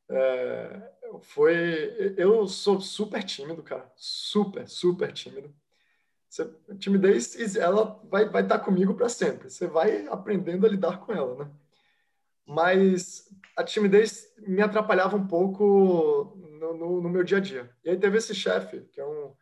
eu sou super tímido, cara. Super, super tímido. Timidez, ela vai estar comigo para sempre. Você vai aprendendo a lidar com ela, né? Mas a timidez me atrapalhava um pouco no meu dia a dia. E aí teve esse chefe, que é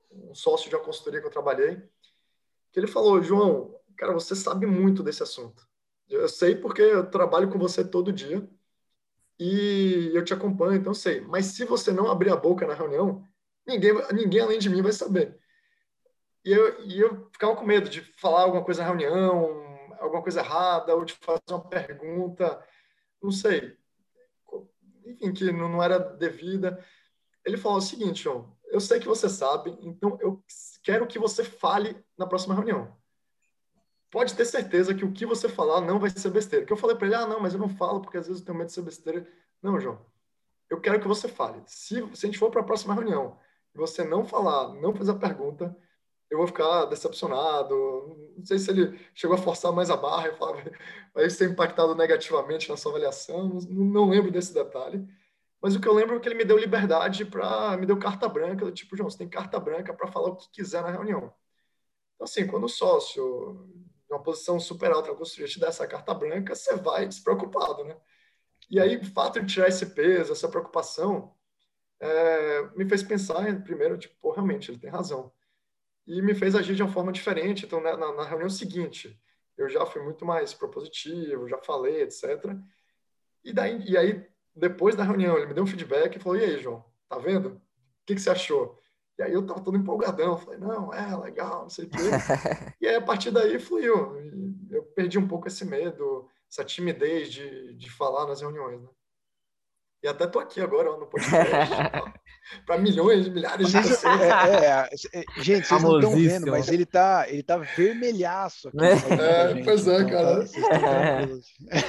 um sócio de uma consultoria que eu trabalhei, que ele falou, João, cara, você sabe muito desse assunto. Eu sei porque eu trabalho com você todo dia e eu te acompanho, então eu sei. Mas se você não abrir a boca na reunião, ninguém além de mim vai saber. E eu ficava com medo de falar alguma coisa na reunião, alguma coisa errada, ou de fazer uma pergunta, não sei, enfim, que não era devida. Ele falou o seguinte, João, eu sei que você sabe, então eu quero que você fale na próxima reunião. Pode ter certeza que o que você falar não vai ser besteira. Que eu falei para ele, não, mas eu não falo porque às vezes eu tenho medo de ser besteira. Não, João, eu quero que você fale. Se a gente for para a próxima reunião e você não falar, não fizer a pergunta, eu vou ficar decepcionado. Não sei se ele chegou a forçar mais a barra e vai ser impactado negativamente na sua avaliação. Não lembro desse detalhe. Mas o que eu lembro é que ele me deu liberdade me deu carta branca, do tipo, João, você tem carta branca para falar o que quiser na reunião. Então, assim, quando o sócio, em uma posição super alta na consultoria, te dá essa carta branca, você vai despreocupado, né? E aí, o fato de tirar esse peso, essa preocupação, me fez pensar, primeiro, tipo, pô, realmente, ele tem razão. E me fez agir de uma forma diferente. Então, na reunião seguinte, eu já fui muito mais propositivo, já falei, etc. E aí, depois da reunião, ele me deu um feedback e falou, e aí, João, tá vendo? O que você achou? E aí eu tava todo empolgadão, falei, não, legal, não sei o quê. E aí, a partir daí, fluiu. E eu perdi um pouco esse medo, essa timidez de falar nas reuniões, né? E até tô aqui agora, ó, no podcast, para milhões, milhares de pessoas. Gente, vocês não estão vendo, mas ele tá vermelhaço aqui falando com a gente. Pois é, então, cara. Vocês estão tranquilos.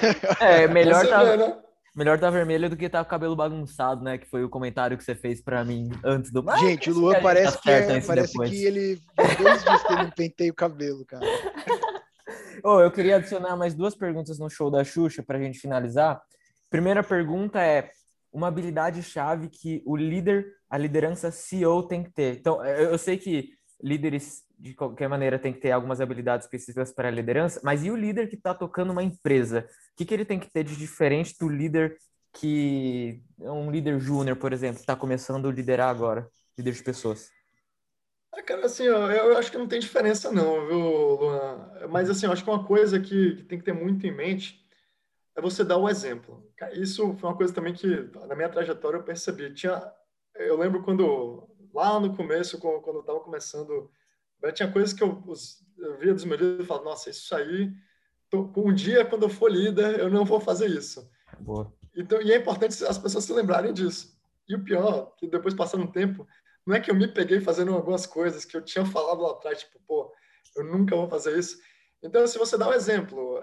Melhor tá vermelho do que tá com o cabelo bagunçado, né? Que foi o comentário que você fez pra mim antes do... Gente, o Luan parece que ele faz 2 dias que ele não penteia o cabelo, cara. Eu queria adicionar mais 2 perguntas no show da Xuxa pra gente finalizar. Primeira pergunta é uma habilidade-chave que a liderança CEO tem que ter. Então, eu sei que líderes, de qualquer maneira, tem que ter algumas habilidades específicas para a liderança, mas e o líder que está tocando uma empresa? O que ele tem que ter de diferente do líder que é um líder júnior, por exemplo, que está começando a liderar agora, líder de pessoas? Cara, assim, eu acho que não tem diferença não, viu, Luan? Mas, assim, eu acho que uma coisa que tem que ter muito em mente é você dar o exemplo. Isso foi uma coisa também que, na minha trajetória, eu percebi. Eu lembro lá no começo, quando eu estava começando, tinha coisas que eu via dos meus líderes e falava, nossa, isso aí, um dia, quando eu for líder, eu não vou fazer isso. Boa. Então, e é importante as pessoas se lembrarem disso. E o pior, que depois, passando um tempo, não é que eu me peguei fazendo algumas coisas que eu tinha falado lá atrás, tipo, pô, eu nunca vou fazer isso. Então, se você dá um exemplo,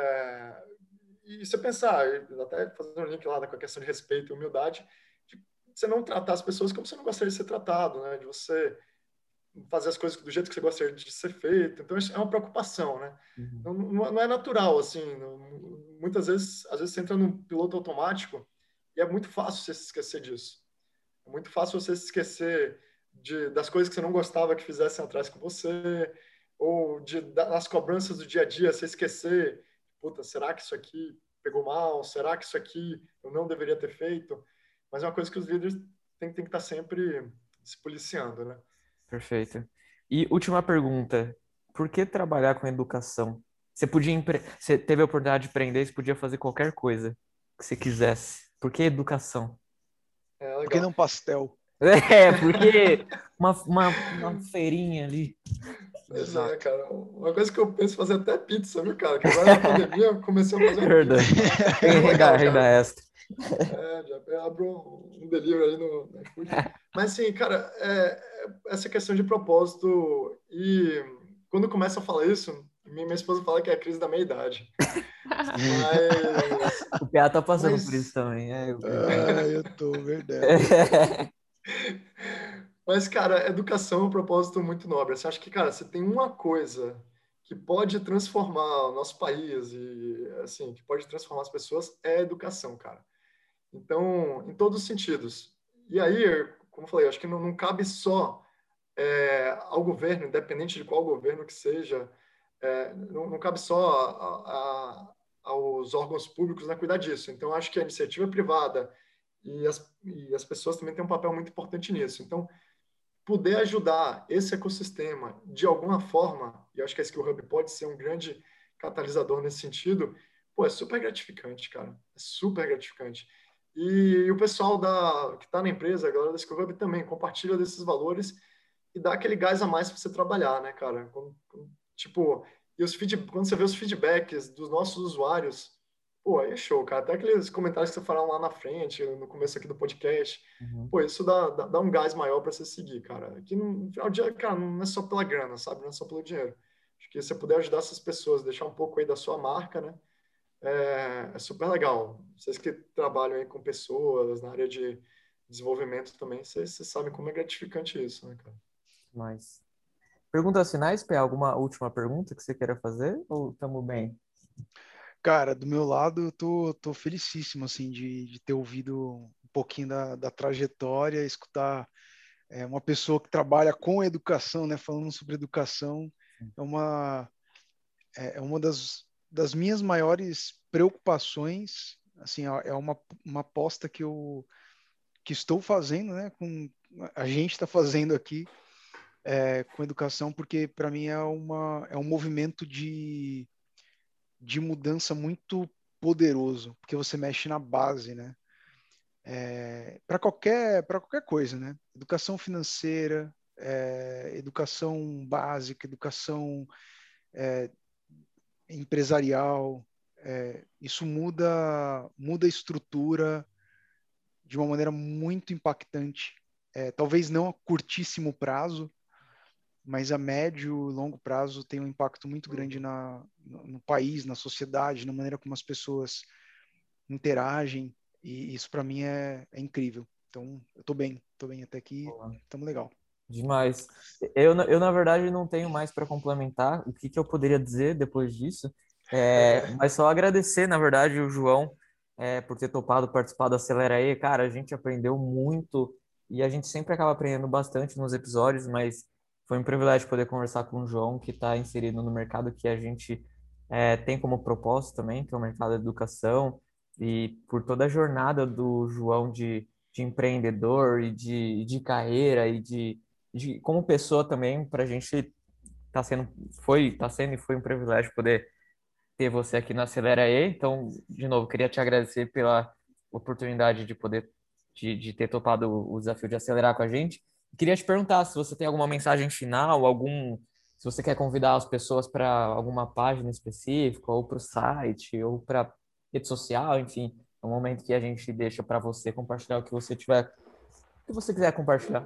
e você pensar, até fazer um link lá com a questão de respeito e humildade, de você não tratar as pessoas como você não gostaria de ser tratado, né? De você fazer as coisas do jeito que você gostaria de ser feito. Então, isso é uma preocupação, né? Uhum. Não é natural, assim. Muitas vezes, às vezes você entra num piloto automático e é muito fácil você se esquecer disso. É muito fácil você se esquecer das coisas que você não gostava que fizessem atrás com você, ou das cobranças do dia a dia, você esquecer, puta, será que isso aqui pegou mal? Será que isso aqui eu não deveria ter feito? Mas é uma coisa que os líderes têm que estar sempre se policiando, né? Perfeito. E última pergunta, por que trabalhar com educação? Você teve a oportunidade de aprender, você podia fazer qualquer coisa que você quisesse. Por que educação? Por que não pastel? Porque uma feirinha ali. Pois é, cara. Uma coisa que eu penso em fazer até pizza, viu, cara? Que agora na pandemia eu comecei a fazer uma pizza. Tem renda extra. Já abro um delivery ali no iFood. Mas, assim, cara, essa questão de propósito. E quando começa a falar isso, minha esposa fala que é a crise da meia-idade. Mas... O PA tá passando por isso também. Eu tô, verdade. Mas, cara, educação é um propósito muito nobre. Você acha que, cara, você tem uma coisa que pode transformar o nosso país e, assim, que pode transformar as pessoas, é a educação, cara. Então, em todos os sentidos. E aí, como eu falei, acho que não cabe só ao governo, independente de qual governo que seja, não cabe só aos órgãos públicos, né, cuidar disso. Então, acho que a iniciativa privada e as pessoas também têm um papel muito importante nisso. Então, puder ajudar esse ecossistema de alguma forma, e eu acho que a Skill Hub pode ser um grande catalisador nesse sentido, pô, é super gratificante, cara. É super gratificante. E o pessoal que está na empresa, a galera da Skill Hub também, compartilha desses valores e dá aquele gás a mais para você trabalhar, né, cara? Tipo, quando você vê os feedbacks dos nossos usuários, pô, aí é show, cara. Até aqueles comentários que você falaram lá na frente, no começo aqui do podcast, pô, isso dá um gás maior para você seguir, cara. Aqui no final do dia, cara, não é só pela grana, sabe? Não é só pelo dinheiro. Acho que se você puder ajudar essas pessoas, deixar um pouco aí da sua marca, né? É super legal. Vocês que trabalham aí com pessoas na área de desenvolvimento também, vocês sabem como é gratificante isso, né, cara? Mas... Perguntas finais, Pé? Alguma última pergunta que você queira fazer? Ou estamos bem? Cara, do meu lado, eu tô felicíssimo, assim, de ter ouvido um pouquinho da trajetória, escutar uma pessoa que trabalha com educação, né, falando sobre educação, é uma das minhas maiores preocupações, assim, é uma aposta que estou fazendo, né, a gente está fazendo aqui, com educação, porque para mim é um movimento de mudança muito poderoso, porque você mexe na base, né? Para qualquer coisa, né? Educação financeira, educação básica, educação empresarial, isso muda a estrutura de uma maneira muito impactante. Talvez não a curtíssimo prazo, mas a médio e longo prazo tem um impacto muito grande no país, na sociedade, na maneira como as pessoas interagem, e isso para mim é incrível. Então, eu tô bem até aqui, estamos legal. Demais. Eu, na verdade, não tenho mais para complementar o que eu poderia dizer depois disso, mas só agradecer, na verdade, o João por ter topado participar do Acelera aí. Cara, a gente aprendeu muito e a gente sempre acaba aprendendo bastante nos episódios, mas foi um privilégio poder conversar com o João, que está inserido no mercado que a gente tem como propósito também, que é o mercado da educação, e por toda a jornada do João de empreendedor e de carreira e de como pessoa também, para a gente tá sendo e foi um privilégio poder ter você aqui no Acelera E. Então, de novo, queria te agradecer pela oportunidade de poder de ter topado o desafio de acelerar com a gente. Queria te perguntar se você tem alguma mensagem final, se você quer convidar as pessoas para alguma página específica, ou para o site, ou para rede social, enfim, é um momento que a gente deixa para você compartilhar o que você quiser compartilhar.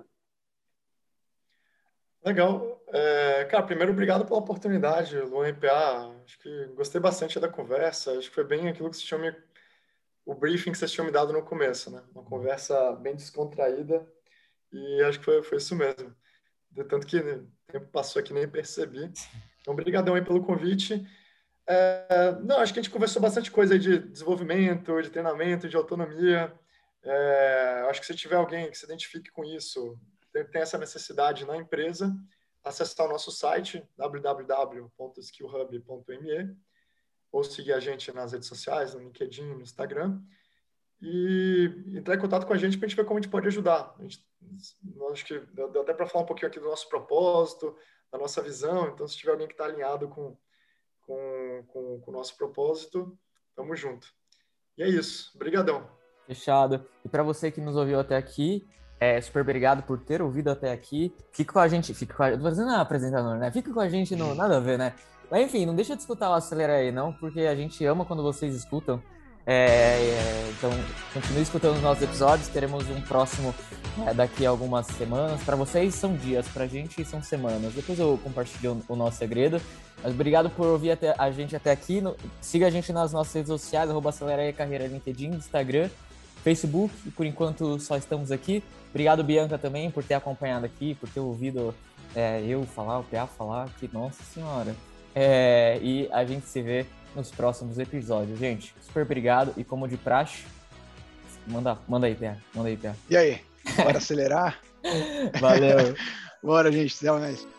Legal. Cara, primeiro, obrigado pela oportunidade, Luan e PA. Acho que gostei bastante da conversa. Acho que foi bem aquilo que vocês tinham o briefing que vocês tinham me dado no começo, né? Uma conversa bem descontraída e acho que foi isso mesmo. De tanto que o tempo passou aqui nem percebi. Então, obrigadão aí pelo convite. Não, acho que a gente conversou bastante coisa aí de desenvolvimento, de treinamento, de autonomia. Acho que se tiver alguém que se identifique com isso, tem essa necessidade na empresa, acessar o nosso site www.skillhub.me ou seguir a gente nas redes sociais, no LinkedIn, no Instagram, e entrar em contato com a gente para a gente ver como a gente pode ajudar. Acho que deu até para falar um pouquinho aqui do nosso propósito, da nossa visão. Então, se tiver alguém que está alinhado com o nosso propósito, tamo junto. E é isso. Obrigadão. Fechado. E para você que nos ouviu até aqui, super obrigado por ter ouvido até aqui. Fica com a gente, tô fazendo apresentador, né? Fica com a gente, no nada a ver, né? Mas enfim, não deixa de escutar o Acelera aí, não, porque a gente ama quando vocês escutam. Então, continue escutando os nossos episódios. Teremos um próximo daqui a algumas semanas. Para vocês são dias, pra gente são semanas. Depois eu compartilho o nosso segredo. Mas obrigado por ouvir a gente até aqui. Siga a gente nas nossas redes sociais, @aceleraecarreira, LinkedIn, Instagram, Facebook. E por enquanto só estamos aqui. Obrigado, Bianca, também, por ter acompanhado aqui, por ter ouvido eu falar, o PA falar, que nossa senhora. E a gente se vê nos próximos episódios, gente. Super obrigado. E como de praxe, manda aí, PA. Manda aí, PA. E aí? Bora acelerar? Valeu. Bora, gente. Até mais.